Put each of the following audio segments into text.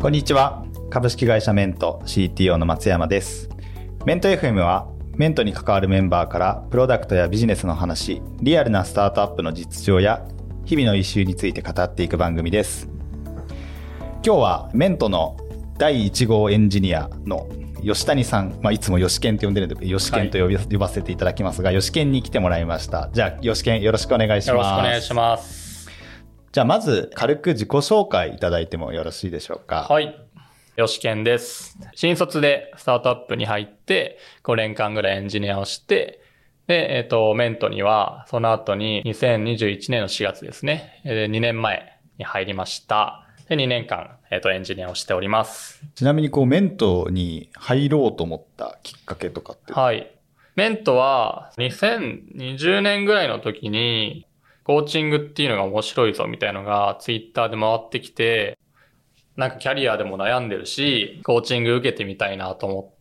こんにちは。株式会社メント CTO の松山です。メント FM はメントに関わるメンバーからプロダクトやビジネスの話、リアルなスタートアップの実情や日々のイシューについて語っていく番組です。今日はメントの第1号エンジニアの吉谷さん、いつも吉健って呼んでるんで吉健と呼ばせていただきますが、吉健に来てもらいました。じゃあ吉健よろしくお願いします。 よろしくお願いします。 じゃあまず軽く自己紹介いただいてもよろしいでしょうか。 はい。吉健です。新卒でスタートアップに入って5年間ぐらいエンジニアをして、で、メントにはその後に2021年の4月ですね。2年前に入りました。で、2年間、エンジニアをしております。 ちなみにメントに入ろうと思ったきっかけとかって？ はい。メントは2020年ぐらいの時にコーチングっていうのが面白いぞみたいなのがツイッターで回ってきて、なんかキャリアでも悩んでるし、コーチング受けてみたいなと思って、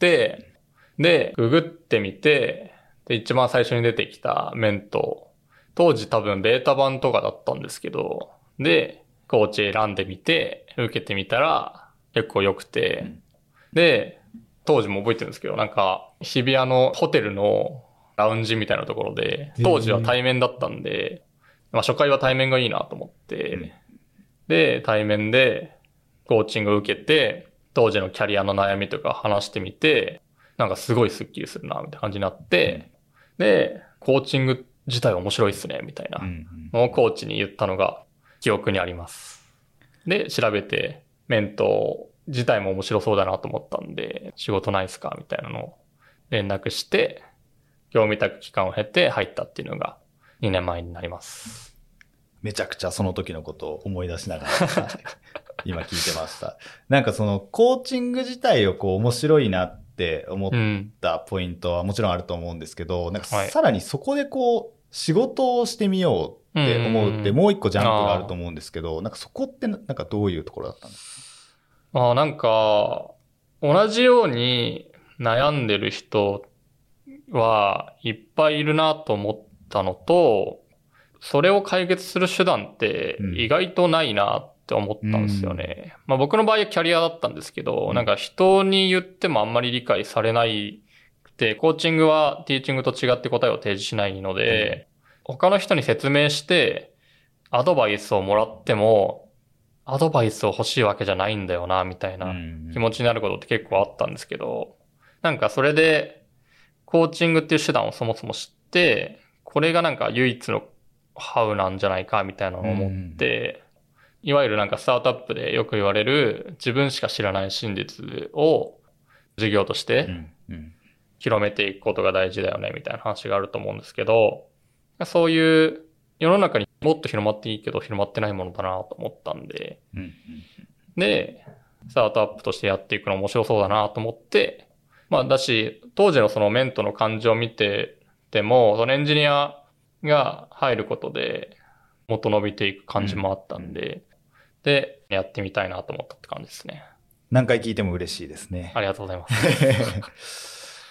で、ググってみて、で、一番最初に出てきたメント、当時多分ベータ版とかだったんですけど、で、コーチ選んでみて、受けてみたら結構良くて、で、当時も覚えてるんですけど、なんか日比谷のホテルのラウンジみたいなところで、当時は対面だったんで、初回は対面がいいなと思って、で、対面でコーチングを受けて、当時のキャリアの悩みとか話してみて、なんかすごいスッキリするな、みたいな感じになって、で、コーチング自体面白いっすね、みたいなのをコーチに言ったのが記憶にあります。で、調べて、メント自体も面白そうだなと思ったんで、仕事ないっすかみたいなのを連絡して、業務委託期間を経て入ったっていうのが2年前になります。 めちゃくちゃその時のことを思い出しながら今聞いてました。なんかそのコーチング自体を面白いなって思ったポイントはもちろんあると思うんですけど、なんかさらにそこで仕事をしてみようって思うってもう一個ジャンプがあると思うんですけど、なんかそこってなんかどういうところだったんですか？なんか同じように悩んでる人はいっぱいいるなと思ったのと、それを解決する手段って意外とないなって思ったんですよね。僕の場合はキャリアだったんですけど、なんか人に言ってもあんまり理解されないくて、コーチングはティーチングと違って答えを提示しないので、他の人に説明してアドバイスをもらっても、アドバイスを欲しいわけじゃないんだよな、みたいな気持ちになることって結構あったんですけど、なんかそれでコーチングっていう手段をそもそも知って、これがなんか唯一のハウなんじゃないかみたいなのを思って、いわゆるなんかスタートアップでよく言われる自分しか知らない真実を事業として広めていくことが大事だよねみたいな話があると思うんですけど、そういう世の中にもっと広まっていいけど広まってないものだなと思ったんで、で、スタートアップとしてやっていくの面白そうだなと思って、だし、当時のそのメントの感じを見てても、そのエンジニアが入ることでもっと伸びていく感じもあったんで、で、やってみたいなと思ったって感じですね。 何回聞いても嬉しいですね。 ありがとうございます。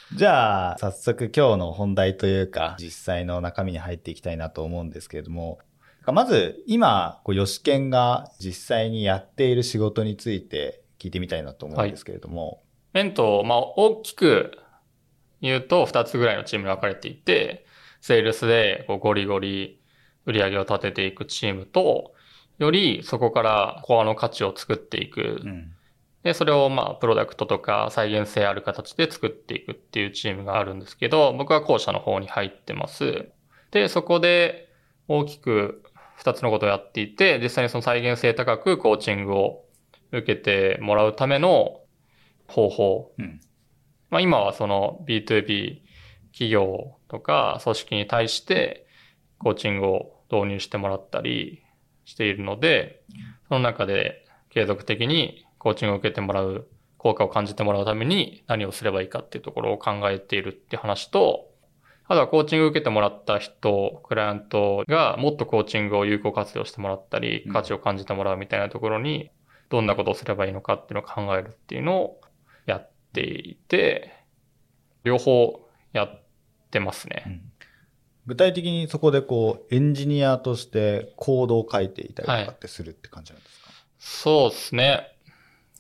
じゃあ、早速今日の本題というか、実際の中身に入っていきたいなと思うんですけれども、まず今、吉健が実際にやっている仕事について聞いてみたいなと思うんですけれども。 メント、大きく言うと2つぐらいのチームに分かれていて、セールスでゴリゴリ売り上げを立てていくチームと、よりそこからコアの価値を作っていく。で、それをプロダクトとか再現性ある形で作っていくっていうチームがあるんですけど、僕は後者の方に入ってます。で、そこで大きく2つのことをやっていて、実際にその再現性高くコーチングを受けてもらうための方法。今はその B2B 企業とか組織に対してコーチングを導入してもらったりしているので、その中で継続的にコーチングを受けてもらう、効果を感じてもらうために何をすればいいかっていうところを考えているっていう話と、あとはコーチングを受けてもらった人、クライアントがもっとコーチングを有効活用してもらったり、価値を感じてもらうみたいなところにどんなことをすればいいのかっていうのを考えるっていうのをやっていて、両方やってますね。 具体的にそこでエンジニアとしてコードを書いていたりとかってするって感じなんですか？ そうですね。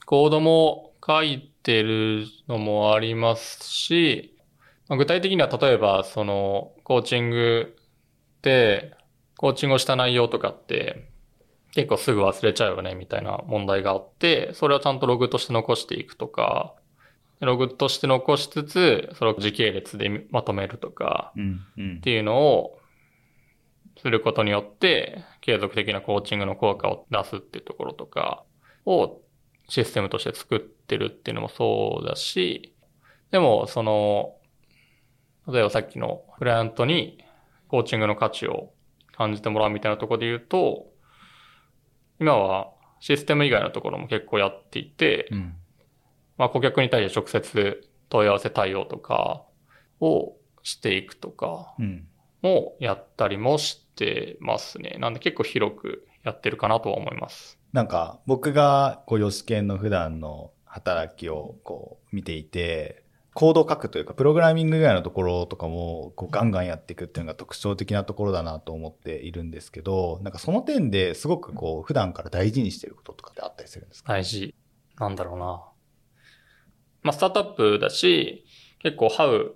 コードも書いてるのもありますし、具体的には例えばそのコーチングでコーチングをした内容とかって結構すぐ忘れちゃうよねみたいな問題があって、それをちゃんとログとして残していくとか、ログとして残しつつ、それを時系列でまとめるとか、っていうのをすることによって、継続的なコーチングの効果を出すっていうところとかをシステムとして作ってるっていうのもそうだし、でもその、例えばさっきのクライアントにコーチングの価値を感じてもらうみたいなところで言うと、今はシステム以外のところも結構やっていて、顧客に対して直接問い合わせ対応とかをしていくとかもやったりもしてますね。なんで結構広くやってるかなとは思います。 なんか僕がヨシケンの普段の働きを見ていて、コードを書くというかプログラミング以外のところとかもガンガンやっていくっていうのが特徴的なところだなと思っているんですけど、なんかその点ですごく普段から大事にしていることとかってあったりするんですか？ 大事。なんだろうな。スタートアップだし、結構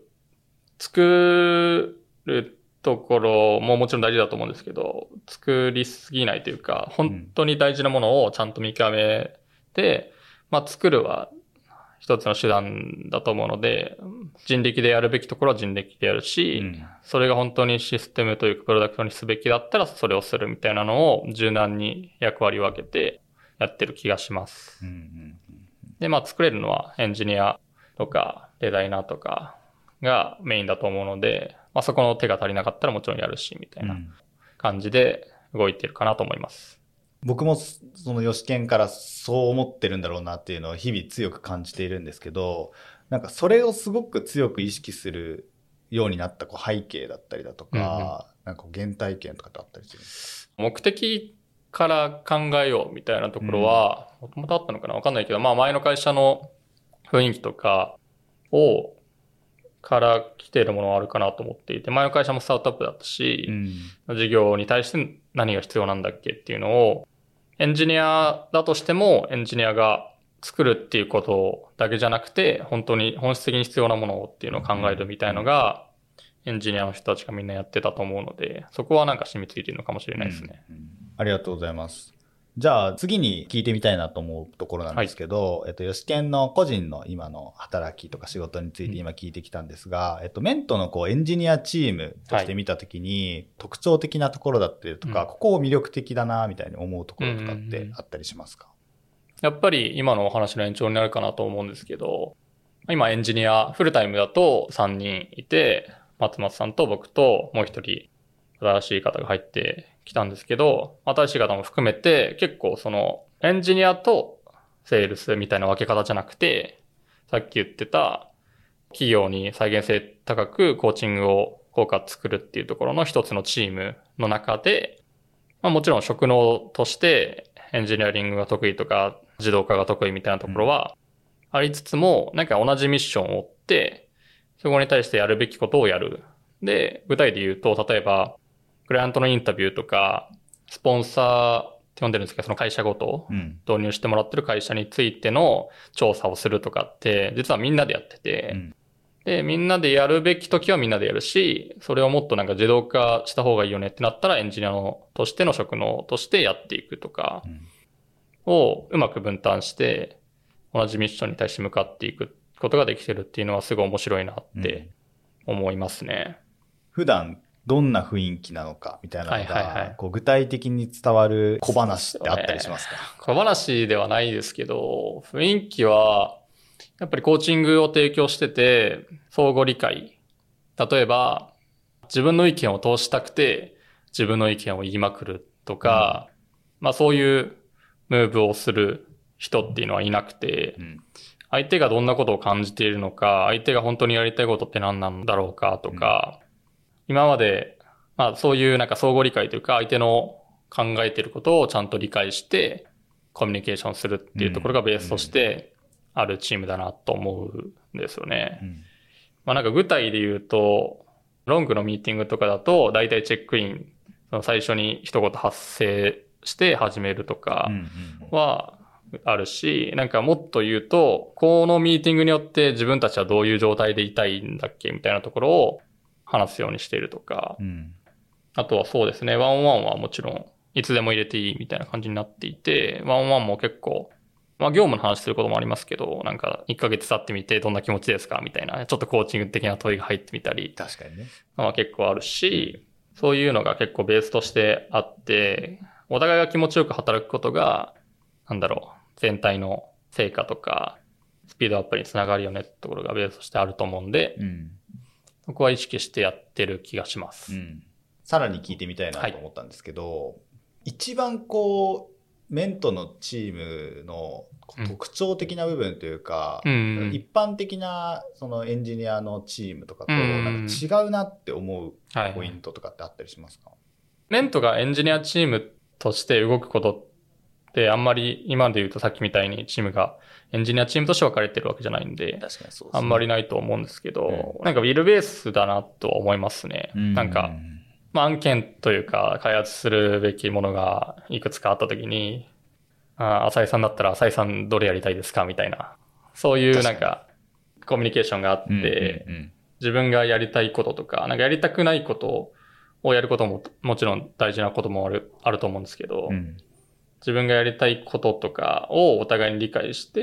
作るところももちろん大事だと思うんですけど、作りすぎないというか、本当に大事なものをちゃんと見極めて、作るは一つの手段だと思うので、人力でやるべきところは人力でやるし、それが本当にシステムというかプロダクトにすべきだったらそれをするみたいなのを柔軟に役割を分けてやってる気がします。で、作れるのはエンジニアとかデザイナーとかがメインだと思うので、そこの手が足りなかったらもちろんやるし、みたいな感じで動いてるかなと思います。 僕もそのヨシケンからそう思ってるんだろうなっていうのを日々強く感じているんですけど、なんかそれをすごく強く意識するようになった背景だったりだとか、なんか原体験とかってあったりするんですか？ 目的から考えようみたいなところは、もともとあったのかなわかんないけど、前の会社の雰囲気とかから来ているものはあるかなと思っていて、前の会社もスタートアップだったし、事業に対して何が必要なんだっけっていうのを、エンジニアだとしてもエンジニアが作るっていうことだけじゃなくて、本当に本質的に必要なものっていうのを考えるみたいのが、エンジニアの人たちがみんなやってたと思うので、そこはなんか染みついているのかもしれないですね。 ありがとうございます。じゃあ次に聞いてみたいなと思うところなんですけど、ヨシケンの個人の今の働きとか仕事について今聞いてきたんですが、メントのエンジニアチームとして見たときに、特徴的なところだったりとか、ここを魅力的だなみたいに思うところとかってあったりしますか？ やっぱり今のお話の延長になるかなと思うんですけど、今エンジニアフルタイムだと3人いて、松松さんと僕ともう一人新しい方が入ってきたんですけど、新しい方も含めて結構そのエンジニアとセールスみたいな分け方じゃなくて、さっき言ってた企業に再現性高くコーチングを効果作るっていうところの一つのチームの中で、もちろん職能としてエンジニアリングが得意とか自動化が得意みたいなところはありつつも、なんか同じミッションを追って、そこに対してやるべきことをやる。で、具体で言うと、例えば、クライアントのインタビューとか、スポンサーって呼んでるんですけど、その会社ごと導入してもらってる会社についての調査をするとかって、実はみんなでやってて、で、みんなでやるべき時はみんなでやるし、それをもっとなんか自動化した方がいいよねってなったらエンジニアとしての職能としてやっていくとかをうまく分担して、同じミッションに対して向かっていくことができてるっていうのはすごい面白いなって思いますね。 普段どんな雰囲気なのかみたいなのが、具体的に伝わる小話ってあったりしますか？ 小話ではないですけど、雰囲気はやっぱりコーチングを提供してて相互理解。例えば自分の意見を通したくて自分の意見を言いまくるとか、そういうムーブをする人っていうのはいなくて、相手がどんなことを感じているのか、相手が本当にやりたいことって何なんだろうかとか、今まで、そういうなんか相互理解というか、相手の考えていることをちゃんと理解して、コミュニケーションするっていうところがベースとしてあるチームだなと思うんですよね。なんか具体で言うと、ロングのミーティングとかだと、だいたいチェックイン、その最初に一言発声して始めるとかは、 あるし、なんかもっと言うと、このミーティングによって自分たちはどういう状態でいたいんだっけみたいなところを話すようにしているとか、あとはそうですね、ワンオンワンはもちろんいつでも入れていいみたいな感じになっていて、ワンオンワンも結構、まあ業務の話することもありますけど、なんか1ヶ月経ってみてどんな気持ちですかみたいな、ちょっとコーチング的な問いが入ってみたり、 確かにね。 まあ結構あるし、そういうのが結構ベースとしてあって、お互いが気持ちよく働くことが、全体の成果とか、スピードアップにつながるよねってところがベースとしてあると思うんで、そこは意識してやってる気がします。 さらに聞いてみたいなと思ったんですけど、一番こう、メントのチームの特徴的な部分というか、一般的なそのエンジニアのチームとかとなんか違うなって思うポイントとかってあったりしますか？ メントがエンジニアチームとして動くことってあんまり今で言うとさっきみたいにチームがエンジニアチームとして分かれてるわけじゃないんで、 確かにそうですね、 あんまりないと思うんですけど、なんかウィルベースだなと思いますね。なんか、まあ案件というか開発するべきものがいくつかあったときに、浅井さんだったら浅井さんどれやりたいですかみたいな、そういうなんかコミュニケーションがあって、自分がやりたいこととか、なんかやりたくないことをやることももちろん大事なこともあると思うんですけど、自分がやりたいこととかをお互いに理解して、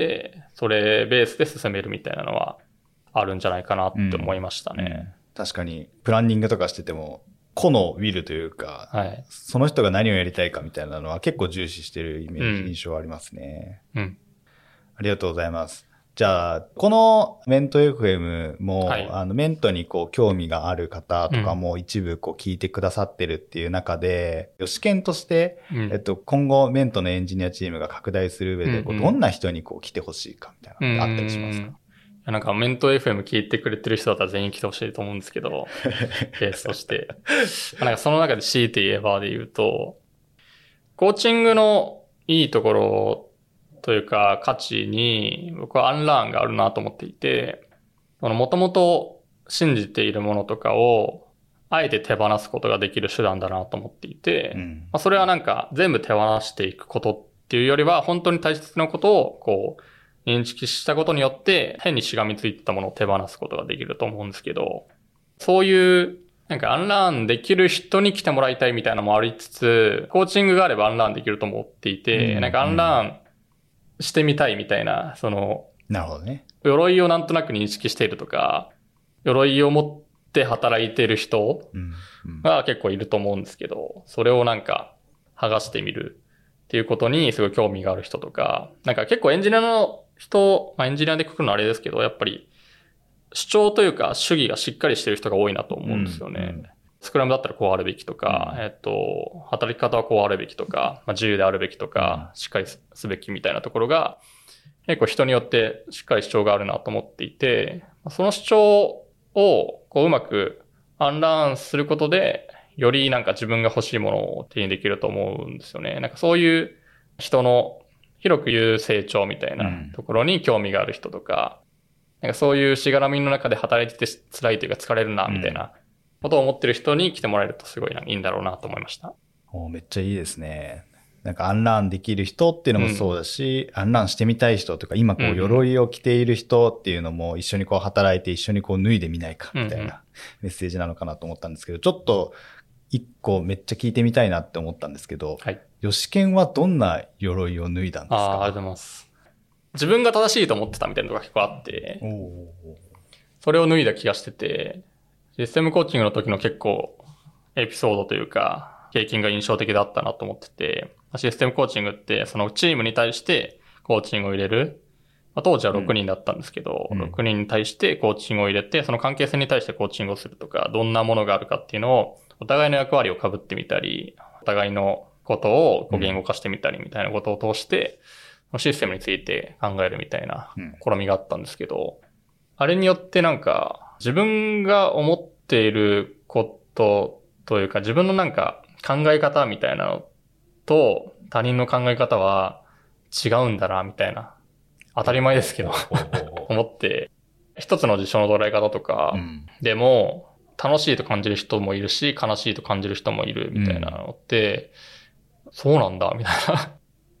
それベースで進めるみたいなのはあるんじゃないかなって思いましたね。 確かに、プランニングとかしてても、個のウィルというか、その人が何をやりたいかみたいなのは結構重視してるイメージ、印象ありますね。ありがとうございます。じゃあ、このメント FM も、メントにこう興味がある方とかも一部こう聞いてくださってるっていう中で、ヨシケンとして、今後メントのエンジニアチームが拡大する上で、どんな人にこう来てほしいかみたいなのってあったりしますか？ なんかメント FM 聞いてくれてる人だったら全員来てほしいと思うんですけど、ベースとして。なんかその中で強いて言えばで言うと、コーチングのいいところというか価値に僕はアンラーンがあるなと思っていて、もともと信じているものとかをあえて手放すことができる手段だなと思っていて、それはなんか全部手放していくことっていうよりは本当に大切なことをこう認識したことによって変にしがみついてたものを手放すことができると思うんですけど、そういうなんかアンラーンできる人に来てもらいたいみたいなのもありつつ、コーチングがあればアンラーンできると思っていて、なんかアンラーンしてみたいみたいな、 なるほどね。 鎧をなんとなく認識しているとか、鎧を持って働いている人が結構いると思うんですけど、それをなんか剥がしてみるっていうことにすごい興味がある人とか、なんか結構エンジニアの人、エンジニアでくくるのあれですけど、やっぱり主張というか主義がしっかりしてる人が多いなと思うんですよね。スクラムだったらこうあるべきとか、働き方はこうあるべきとか、自由であるべきとか、しっかりすべきみたいなところが、結構人によってしっかり主張があるなと思っていて、その主張をこううまくアンラーンすることで、よりなんか自分が欲しいものを手にできると思うんですよね。なんかそういう人の広く言う成長みたいなところに興味がある人とか、なんかそういうしがらみの中で働いてて辛いというか疲れるなみたいなことを思ってる人に来てもらえるとすごいいいんだろうなと思いました。 めっちゃいいですね。なんかアンラーンできる人っていうのもそうだし、アンラーンしてみたい人とか、今こう鎧を着ている人っていうのも一緒にこう働いて一緒にこう脱いでみないかみたいなメッセージなのかなと思ったんですけど、ちょっと一個めっちゃ聞いてみたいなって思ったんですけど、ヨシケンはどんな鎧を脱いだんですか？ ありがとうございます。自分が正しいと思ってたみたいなのが結構あって、それを脱いだ気がしてて、システムコーチングの時の結構エピソードというか、経験が印象的だったなと思ってて、システムコーチングってそのチームに対してコーチングを入れる。当時は6人だったんですけど、6人に対してコーチングを入れて、その関係性に対してコーチングをするとか、どんなものがあるかっていうのを、お互いの役割を被ってみたり、お互いのことをこう言語化してみたりみたいなことを通して、システムについて考えるみたいな試みがあったんですけど、あれによってなんか自分が思っていることというか自分のなんか考え方みたいなのと他人の考え方は違うんだなみたいな、当たり前ですけど思って、一つの事象の捉え方とかでも楽しいと感じる人もいるし悲しいと感じる人もいるみたいなのって、そうなんだみたいな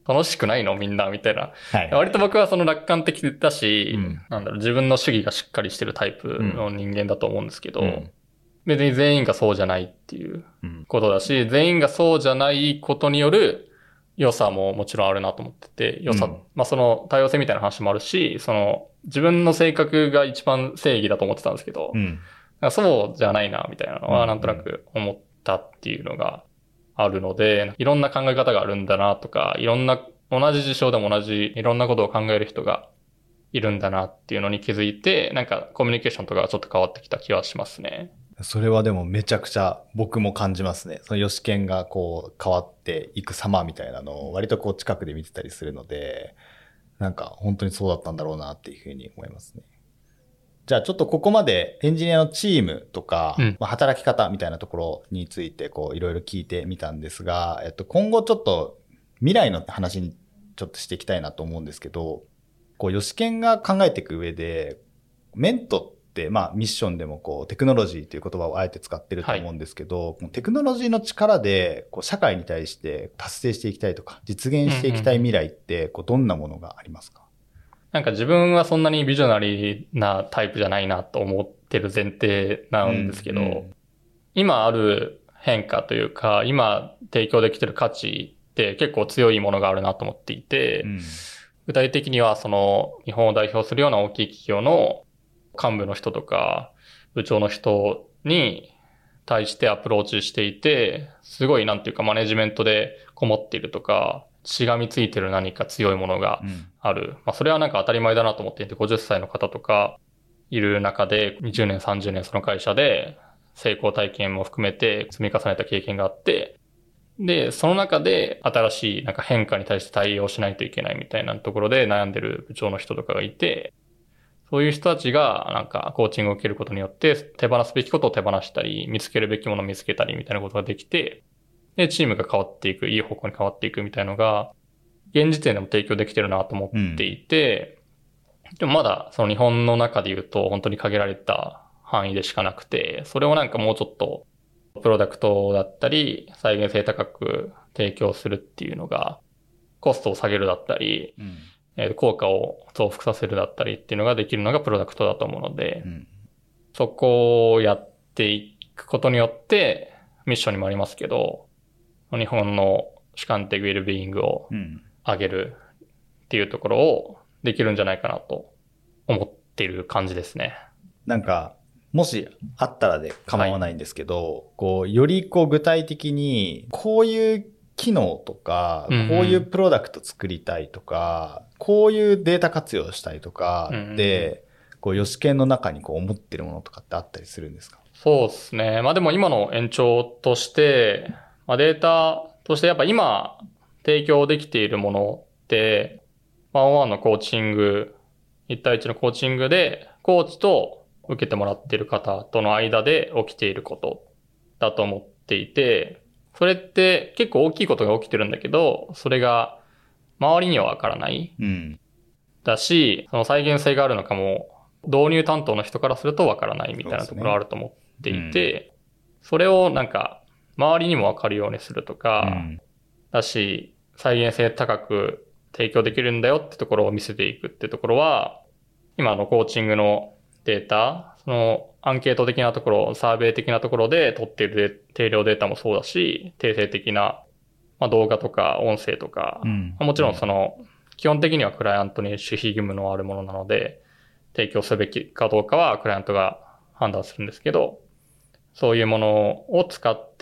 楽しくないのみんなみたいな。 はい。 割と僕はその楽観的だし、 うん。 自分の主義がしっかりしてるタイプの人間だと思うんですけど、 うん。 別に全員がそうじゃないっていううん。 ことだし、全員がそうじゃないことによる良さももちろんあるなと思ってて、良さ、 うん。 その多様性みたいな話もあるし、自分の性格が一番正義だと思ってたんですけど、 うん。 そうじゃないな、みたいなのうん。 はなんとなく思ったっていうのがあるので、いろんな考え方があるんだなとか、同じ事象でもいろんなことを考える人がいるんだなっていうのに気づいて、コミュニケーションとかがちょっと変わってきた気はしますね。 それはでもめちゃくちゃ僕も感じますね。そのヨシケンがこう変わっていく様みたいなのを割とこう近くで見てたりするので、なんか本当にそうだったんだろうなっていうふうに思いますね。じゃあちょっとここまでエンジニアのチームとか、 うん。 働き方みたいなところについてこういろいろ聞いてみたんですが、今後ちょっと未来の話にちょっとしていきたいなと思うんですけど、こう、ヨシケンが考えていく上で、メントって、ミッションでもこう、テクノロジーという言葉をあえて使ってるとはい。 思うんですけど、このテクノロジーの力で、こう、社会に対して達成していきたいとか、実現していきたい未来って、こう、どんなものがありますか？ 自分はそんなにビジョナリーなタイプじゃないなと思ってる前提うなんですけど、 ん、 今ある変化というか、今提供できてる価値って結構強いものがあるなと思っていて、 うん、 具体的にはその日本を代表するような大きい企業の幹部の人とか部長の人に対してアプローチしていて、すごいなんていうかマネジメントでこもっているとか、しがみついてる何か強いものがうん、 ある。それは当たり前だなと思っていて、50歳の方とかいる中で20年、30年その会社で成功体験も含めて積み重ねた経験があって、で、その中で新しい変化に対して対応しないといけないみたいなところで悩んでる部長の人とかがいて、そういう人たちがコーチングを受けることによって手放すべきことを手放したり、見つけるべきものを見つけたりみたいなことができて、で、チームが変わっていく、いい方向に変わっていくみたいなのが、現時点でも提供できてるなと思っていて、でもまだその日本の中で言うと本当に限られた範囲でしかなくて、それをもうちょっとプロダクトだったり、再現性高く提供するっていうのが、コストを下げるだったり、 うん、 効果を増幅させるだったりっていうのができるのがプロダクトだと思うので、 うん、 そこをやっていくことによって、ミッションにもありますけど、日本の主観的ウェルビーイングをうん。 上げるっていうところをできるんじゃないかなと思っている感じですね。 なんか、もしあったらで構わはい。 ないんですけど、こう、よりこう具体的に、こういう機能とか、 うんこういうプロダクト作りたいとか、こういうデータ活用したいとかうん。うんうんうん。 で、こう、ヨシケンの中にこう思ってるものとかってあったりするんですか？ そうですね。でも今の延長として、データとしてやっぱ今提供できているものって、ワンワンのコーチング、一対一のコーチングで、コーチと受けてもらっている方との間で起きていることだと思っていて、それって結構大きいことが起きてるんだけど、それが周りにはわからない。 うん。 だし、その再現性があるのかも、導入担当の人からするとわからないみたいなところはあると思っていて、それを周りにもわかるようにするとか、 うん。 だし、再現性高く提供できるんだよってところを見せていくってところは、今のコーチングのデータ、そのアンケート的なところ、サーベイ的なところで取っている定量データもそうだし、定性的な、動画とか音声とか、 うん。 もちろん基本的にはクライアントに守秘義務のあるものなので、提供すべきかどうかはクライアントが判断するんですけど、そういうものを使って、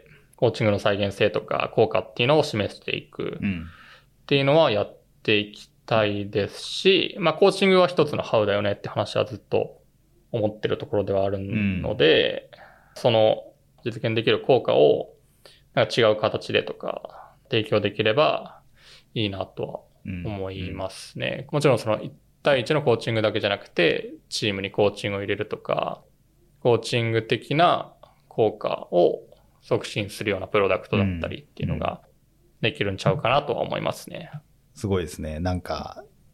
コーチングの再現性とか効果っていうのを示していくうん。 っていうのはやっていきたいですし、コーチングは一つのハウだよねって話はずっと思ってるところではあるので、その実現できる効果を違う形でとか提供できればいいなとはうん。 思いますね。もちろんその1対1のコーチングだけじゃなくて、チームにコーチングを入れるとか、コーチング的な効果を促進するようなプロダクトだったりっていうのができるんちゃうかなとは思いますね。 すごいですね。なんか、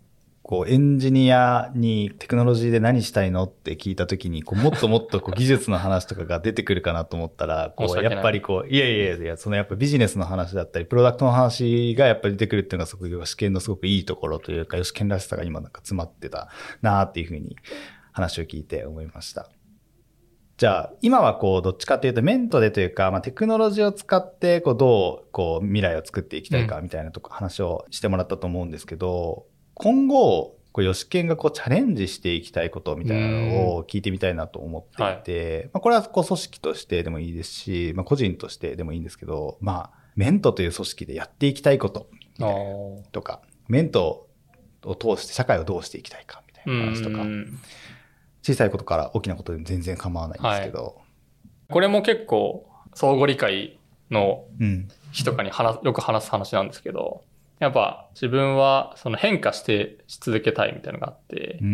こうエンジニアにテクノロジーで何したいのって聞いたときに、こうもっともっとこう技術の話とかが出てくるかなと思ったら、こうやっぱりこう、いや、そのやっぱビジネスの話だったり、プロダクトの話がやっぱり出てくるっていうのがすごく吉健のすごくいいところというか、吉健らしさが今なんか詰まってたなっていうふうに話を聞いて思いました。じゃあ、今はこう、どっちかというと、メントでというか、まあ、テクノロジーを使って、こう、どう、こう、未来を作っていきたいか、みたいなとこ、話をしてもらったと思うんですけど、今後、こう、吉健がこう、チャレンジしていきたいことみたいなのを聞いてみたいなと思っていて、まあ、これはこう、組織としてでもいいですし、まあ、個人としてでもいいんですけど、まあ、メントという組織でやっていきたいこと、みたいなとか、メントを通して社会をどうしていきたいか、みたいな話とか、小さいことから大きなことでも全然構わないんですけど、 これも結構相互理解の日とかによく話す話なんですけど、やっぱ自分はその変化し続けたいみたいなのがあって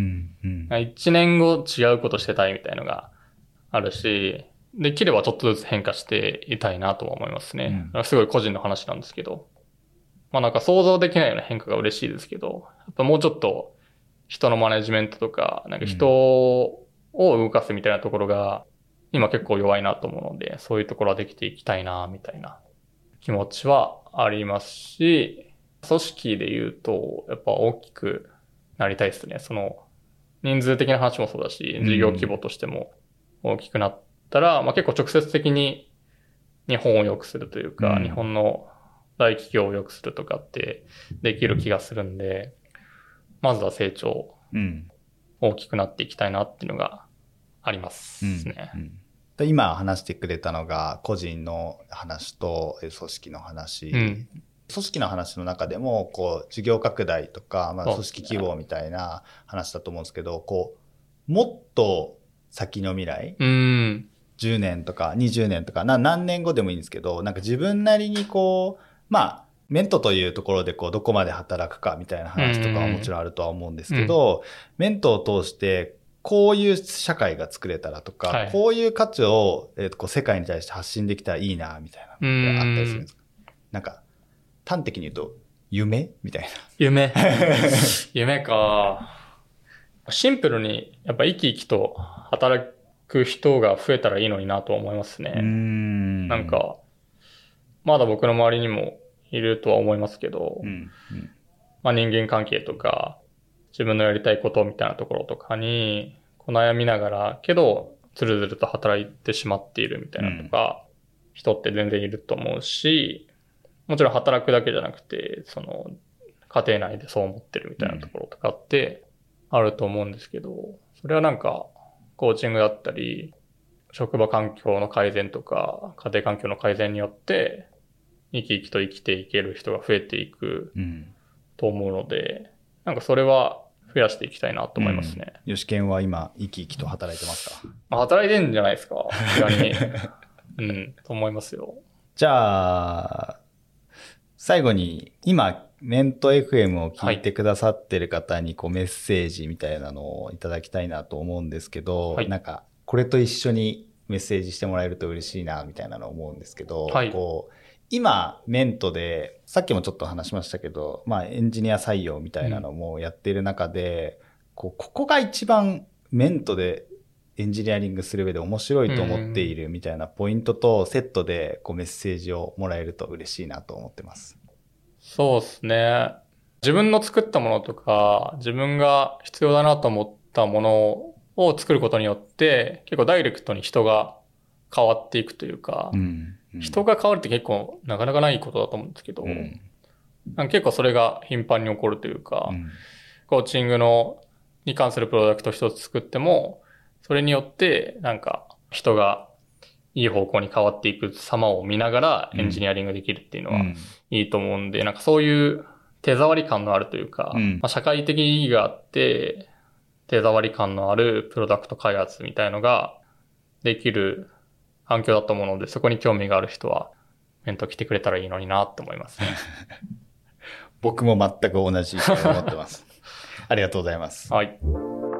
、1年後違うことしてたいみたいなのがあるし、できればちょっとずつ変化していたいなとは思いますね。すごい個人の話なんですけど、まあなんか想像できないような変化が嬉しいですけど、やっぱもうちょっと人のマネジメントとか、なんか人を動かすみたいなところが、今結構弱いなと思うので、そういうところはできていきたいな、みたいな気持ちはありますし、組織で言うと、やっぱ大きくなりたいですね。その、人数的な話もそうだし、事業規模としても大きくなったら、まあ結構直接的に日本を良くするというか、日本の大企業を良くするとかってできる気がするんで、まずは成長、大きくなっていきたいなっていうのがありますね。 今話してくれたのが個人の話と組織の話、組織の話の中でもこう事業拡大とか、まあ、組織規模みたいな話だと思うんですけど、こうもっと先の未来、10年とか20年とか何年後でもいいんですけど、なんか自分なりにこうまあメントというところでこうどこまで働くかみたいな話とかはもちろんあるとは思うんですけど、メントを通してこういう社会が作れたらとか、こういう価値を、こう世界に対して発信できたらいいなみたいなのってあったりするんですか？なんか端的に言うと夢みたいな。 夢か。シンプルにやっぱ生き生きと働く人が増えたらいいのになと思いますね。なんかまだ僕の周りにもいるとは思いますけど、まあ人間関係とか自分のやりたいことみたいなところとかにこう悩みながらけどずるずると働いてしまっているみたいなとか、人って全然いると思うし、もちろん働くだけじゃなくてその家庭内でそう思ってるみたいなところとかってあると思うんですけど、それはなんかコーチングだったり職場環境の改善とか家庭環境の改善によって生き生きと生きていける人が増えていくと思うので、なんかそれは増やしていきたいなと思いますね。 吉健は今生き生きと働いてますか？ 働いてんじゃないですか、さすがに。と思いますよ。 じゃあ最後に今メント FM を聞いてくださってる方にこうメッセージみたいなのをいただきたいなと思うんですけど、なんかこれと一緒にメッセージしてもらえると嬉しいなみたいなのを思うんですけど、こう今メントでさっきもちょっと話しましたけど、まあエンジニア採用みたいなのもやっている中で、ここが一番メントでエンジニアリングする上で面白いと思っているみたいなポイントとセットでこうメッセージをもらえると嬉しいなと思ってます。 そうですね。自分の作ったものとか自分が必要だなと思ったものを作ることによって結構ダイレクトに人が変わっていくというか、人が変わるって結構なかなかないことだと思うんですけど、なんか結構それが頻繁に起こるというか、コーチングに関するプロダクト一つ作ってもそれによってなんか人がいい方向に変わっていく様を見ながらエンジニアリングできるっていうのはいいと思うんで、なんかそういう手触り感のあるというか、まあ、社会的意義があって手触り感のあるプロダクト開発みたいのができる環境だと思うので、そこに興味がある人はメント来てくれたらいいのになって思いますね。 僕も全く同じ意見を持ってます。ありがとうございます。 はい。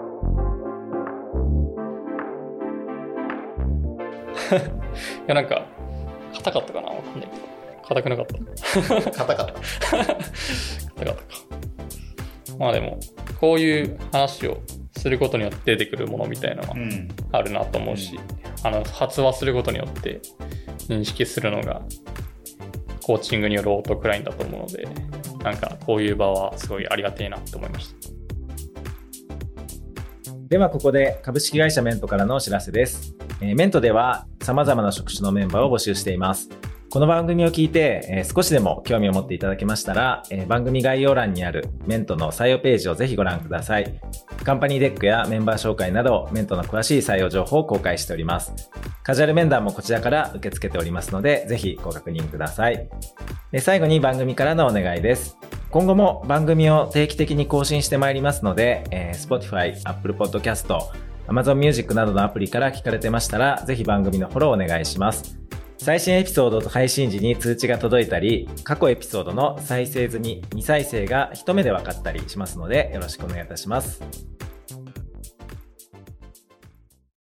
いやなんか硬かったかな、わかんないけど硬くなかった。 硬かった。 硬かったか。まあでもこういう話をすることによって出てくるものみたいなのがあるなと思うし、発話することによって認識するのがコーチングによるオートクラインだと思うので、なんかこういう場はすごいありがたいなと思いました。 ではここで株式会社メントからのお知らせです。メントでは様々な職種のメンバーを募集しています。この番組を聞いて、少しでも興味を持っていただけましたら、番組概要欄にあるメントの採用ページをぜひご覧ください。カンパニーデックやメンバー紹介などメントの詳しい採用情報を公開しております。カジュアル面談もこちらから受け付けておりますので、ぜひご確認ください。最後に番組からのお願いです。今後も番組を定期的に更新してまいりますので、Spotify、Apple Podcast、Amazon Music などのアプリから聞かれてましたら、ぜひ番組のフォローお願いします。最新エピソードと配信時に通知が届いたり、過去エピソードの再生済み、未再生が一目で分かったりしますので、よろしくお願いいたします。